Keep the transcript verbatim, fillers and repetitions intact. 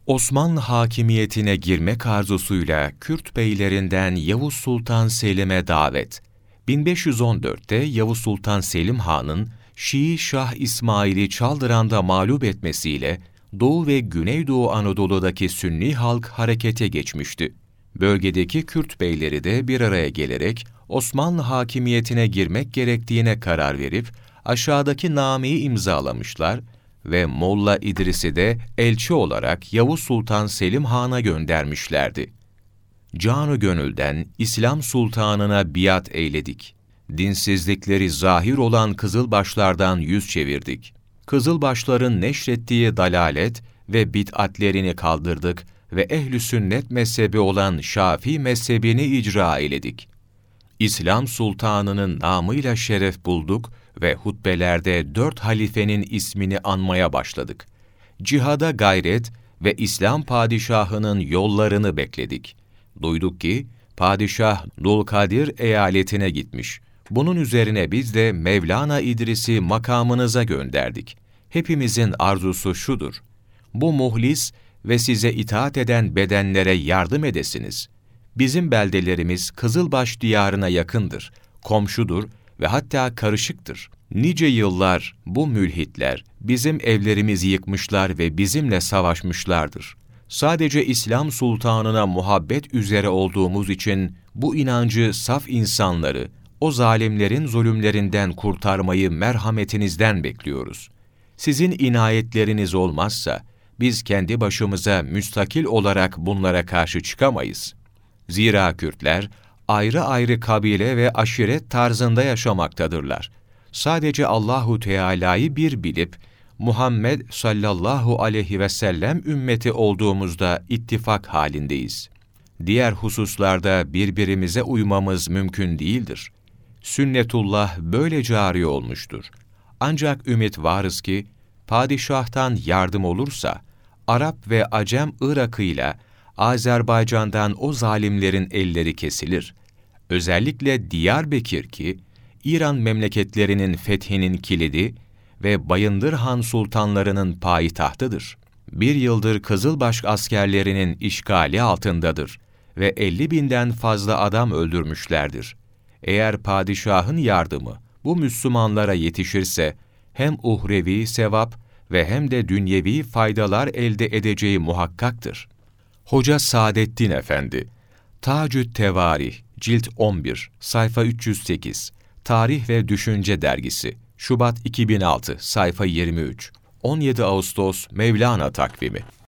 Osmanlı hakimiyetine girmek arzusuyla Kürt beylerinden Yavuz Sultan Selim'e davet. bin beş yüz on dörtte Yavuz Sultan Selim Han'ın Şii Şah İsmail'i Çaldıran'da mağlup etmesiyle Doğu ve Güneydoğu Anadolu'daki Sünni halk harekete geçmişti. Bölgedeki Kürt beyleri de bir araya gelerek Osmanlı hakimiyetine girmek gerektiğine karar verip aşağıdaki nameyi imzalamışlar ve Molla İdris'i de elçi olarak Yavuz Sultan Selim Han'a göndermişlerdi. Canı gönülden İslam Sultanına biat eyledik. Dinsizlikleri zahir olan Kızılbaşlardan yüz çevirdik. Kızılbaşların neşrettiği dalalet ve bid'atlerini kaldırdık ve ehl-i sünnet mezhebi olan Şafii mezhebini icra eyledik. İslam Sultanının namıyla şeref bulduk ve hutbelerde dört halifenin ismini anmaya başladık. Cihada gayret ve İslam padişahının yollarını bekledik. Duyduk ki, padişah Dulkadir eyaletine gitmiş. Bunun üzerine biz de Mevlana İdris'i makamınıza gönderdik. Hepimizin arzusu şudur: bu muhlis ve size itaat eden bedenlere yardım edesiniz. Bizim beldelerimiz Kızılbaş diyarına yakındır, komşudur ve hatta karışıktır. Nice yıllar bu mülhitler bizim evlerimizi yıkmışlar ve bizimle savaşmışlardır. Sadece İslam Sultanına muhabbet üzere olduğumuz için bu inancı saf insanları o zalimlerin zulümlerinden kurtarmayı merhametinizden bekliyoruz. Sizin inayetleriniz olmazsa biz kendi başımıza müstakil olarak bunlara karşı çıkamayız. Zira Kürtler ayrı ayrı kabile ve aşiret tarzında yaşamaktadırlar. Sadece Allahu Teala'yı bir bilip Muhammed sallallahu aleyhi ve sellem ümmeti olduğumuzda ittifak halindeyiz. Diğer hususlarda birbirimize uymamız mümkün değildir. Sünnetullah böyle cari olmuştur. Ancak ümit varız ki padişahtan yardım olursa Arap ve Acem Irak'ıyla Azerbaycan'dan o zalimlerin elleri kesilir. Özellikle Diyarbakır ki İran memleketlerinin fethinin kilidi ve Bayındır Han sultanlarının payitahtıdır. Bir yıldır Kızılbaş askerlerinin işgali altındadır ve elli binden fazla adam öldürmüşlerdir. Eğer padişahın yardımı bu Müslümanlara yetişirse hem uhrevi sevap ve hem de dünyevi faydalar elde edeceği muhakkaktır. Hoca Saadettin Efendi, Tacü't Tevarih, Cilt on bir, sayfa üç yüz sekiz, Tarih ve Düşünce Dergisi, Şubat iki bin altı, sayfa yirmi üç, on yedi Ağustos Mevlana takvimi.